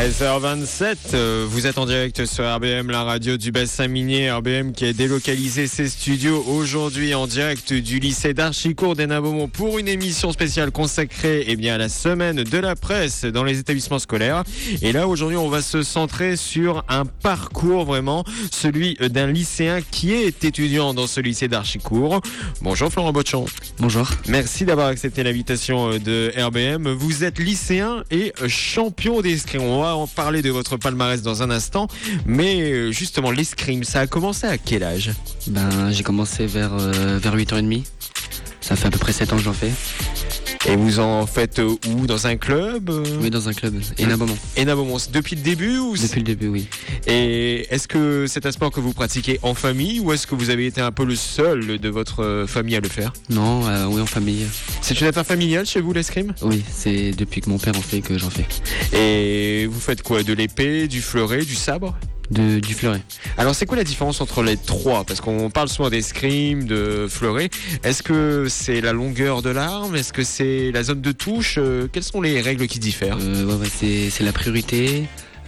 13h27, vous êtes en direct sur RBM, la radio du bassin minier. RBM qui a délocalisé ses studios aujourd'hui en direct du lycée d'Archicourt d'Hénin-Beaumont pour une émission spéciale consacrée à la semaine de la presse dans les établissements scolaires. Et là, aujourd'hui, on va se centrer sur un parcours vraiment, celui d'un lycéen qui est étudiant dans ce lycée d'Archicourt. Bonjour Florent Botchon. Bonjour. Merci d'avoir accepté l'invitation de RBM. Vous êtes lycéen et champion d'escrime. On va en parler de votre palmarès dans un instant. Mais justement, l'escrime, ça a commencé à quel âge ? J'ai commencé vers 8h30. Ça fait à peu près 7 ans que j'en fais. Et vous en faites où ? Dans un club ? Oui, dans un club. Hénin-Beaumont. Hénin-Beaumont. Depuis le début ou... Depuis le début, oui. Et est-ce que c'est un sport que vous pratiquez en famille ou est-ce que vous avez été un peu le seul de votre famille à le faire ? Non, oui, en famille. C'est une affaire familiale chez vous, l'escrime ? Oui, c'est depuis que mon père en fait que j'en fais. Et vous faites quoi ? De l'épée, du fleuret, du sabre ? Du fleuret. Alors c'est quoi la différence entre les trois ? Parce qu'on parle souvent d'escrime, de fleuret. Est-ce que c'est la longueur de l'arme ? Est-ce que c'est la zone de touche ? Quelles sont les règles qui diffèrent ? C'est la priorité.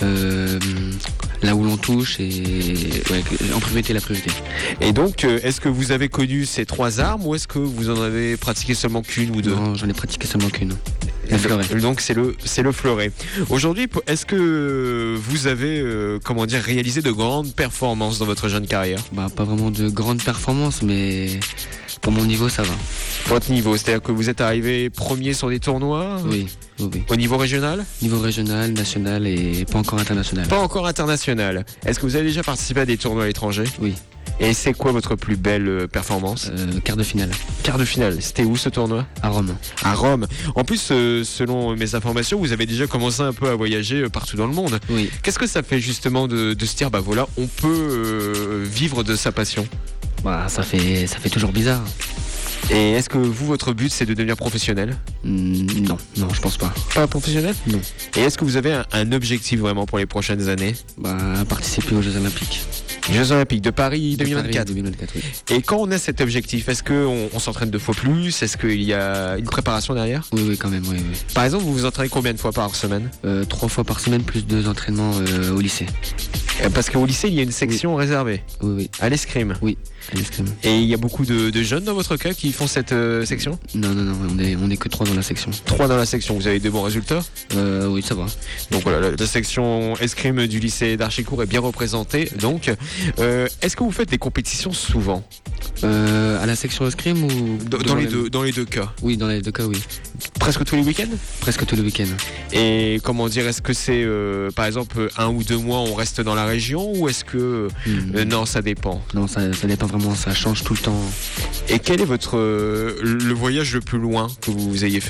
Là où l'on touche et en priorité la priorité. Et donc est-ce que vous avez connu ces trois armes ou est-ce que vous en avez pratiqué seulement qu'une ou deux ? Non, j'en ai pratiqué seulement qu'une. Le fleuret. Donc c'est le fleuret. Aujourd'hui, est-ce que vous avez réalisé de grandes performances dans votre jeune carrière ? Pas vraiment de grandes performances, mais pour mon niveau ça va. Votre niveau, c'est-à-dire que vous êtes arrivé premier sur des tournois ? Oui. Au niveau régional ? Niveau régional, national et pas encore international. Pas encore international. Est-ce que vous avez déjà participé à des tournois à l'étranger ? Oui. Et c'est quoi votre plus belle performance ? Quart de finale. Quart de finale. C'était où ce tournoi ? À Rome. À Rome. En plus, selon mes informations, vous avez déjà commencé un peu à voyager partout dans le monde. Oui. Qu'est-ce que ça fait justement de se dire, on peut vivre de sa passion ? Ça fait toujours bizarre. Et est-ce que votre but c'est de devenir professionnel ? Non, je pense pas. Pas professionnel ? Non. Et est-ce que vous avez un objectif vraiment pour les prochaines années ? Participer aux Jeux Olympiques. Jeux Olympiques de Paris 2024. Paris 2024, oui. Et quand on a cet objectif, est-ce qu'on s'entraîne 2 fois plus ? Est-ce qu'il y a une préparation derrière ? Oui, quand même, oui. Par exemple, vous vous entraînez combien de fois par semaine ? 3 fois par semaine, plus 2 entraînements au lycée. Parce qu'au lycée, il y a une section réservée. Oui. À l'escrime. Oui, à l'escrime. Et il y a beaucoup de jeunes dans votre club qui font cette section ? Non, on est que 3 dans la section. 3 dans la section, vous avez de bons résultats ? Oui, ça va. Donc voilà, la section escrime du lycée d'Archicourt est bien représentée. Donc, est-ce que vous faites des compétitions souvent ? À la section escrime ou dans les deux cas ? Oui, dans les deux cas, oui. Presque tous les week-ends ? Presque tous les week-ends. Et est-ce que c'est par exemple 1 ou 2 mois on reste dans la région ou est-ce que non, ça dépend ? Non, ça dépend vraiment, ça change tout le temps. Et quel est le voyage le plus loin que vous ayez fait ?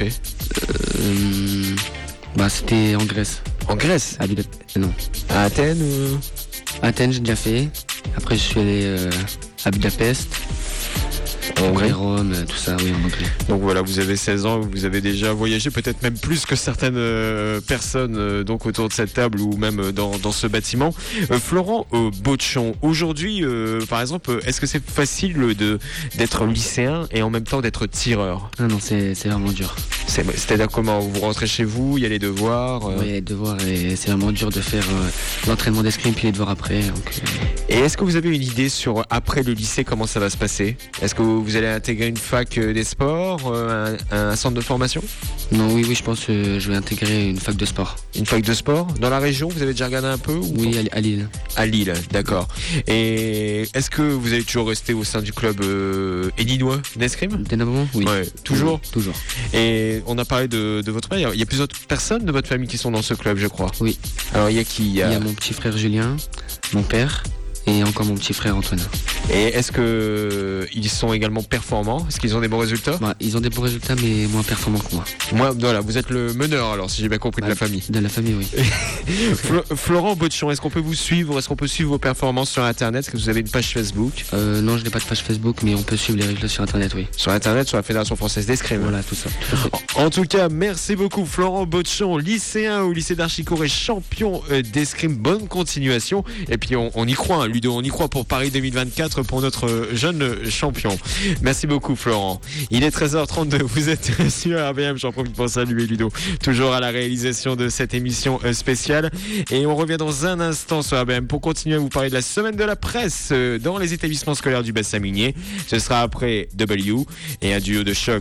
C'était en Grèce. En Grèce ? Non. À Athènes Athènes, j'ai déjà fait. Après, je suis allé à Budapest. Hongrie, Rome, tout ça, oui, en Hongrie. Donc voilà, vous avez 16 ans, vous avez déjà voyagé, peut-être même plus que certaines personnes donc autour de cette table ou même dans ce bâtiment. Florent Botchon, aujourd'hui, par exemple, est-ce que c'est facile d'être lycéen et en même temps d'être tireur ? Non, c'est vraiment dur. C'est-à-dire comment ? Vous rentrez chez vous, il y a les devoirs Oui, les devoirs, et c'est vraiment dur de faire l'entraînement d'escrime puis les devoirs après. Et est-ce que vous avez une idée sur après le lycée, comment ça va se passer ? Est-ce que vous allez intégrer une fac des sports, un centre de formation ? Non, oui, je pense que je vais intégrer une fac de sport. Une fac de sport ? Dans la région, vous avez déjà regardé un peu ou Oui, à Lille. À Lille, d'accord. Et est-ce que vous allez toujours rester au sein du club héninois d'escrime ? d'Hénin-Beaumont ? Oui. Ouais, toujours ? Oui, toujours. Et on a parlé de votre mère. Il y a plusieurs personnes de votre famille qui sont dans ce club, je crois. Oui. Alors, il y a qui ? Il y a mon petit frère Julien, mon père... Et encore mon petit frère Antoine. Et est-ce qu'ils sont également performants ? Est-ce qu'ils ont des bons résultats ? Ils ont des bons résultats, mais moins performants que moi. Voilà, vous êtes le meneur alors, si j'ai bien compris, de la famille. De la famille, oui. Florent Botchon, est-ce qu'on peut vous suivre ? Est-ce qu'on peut suivre vos performances sur Internet ? Est-ce que vous avez une page Facebook ? Non, je n'ai pas de page Facebook, mais on peut suivre les résultats sur Internet, oui. Sur Internet, sur la Fédération Française d'Escrime. Voilà, tout ça. En tout cas, merci beaucoup Florent Botchon, lycéen au lycée d'Archicourt et champion d'escrime. Bonne continuation. Et puis on y croit, Ludo, on y croit pour Paris 2024 pour notre jeune champion. Merci beaucoup Florent. Il est 13h32, vous êtes sur RBM, j'en profite pour saluer Ludo, toujours à la réalisation de cette émission spéciale. Et on revient dans un instant sur RBM pour continuer à vous parler de la semaine de la presse dans les établissements scolaires du bassin minier. Ce sera après W et un duo de choc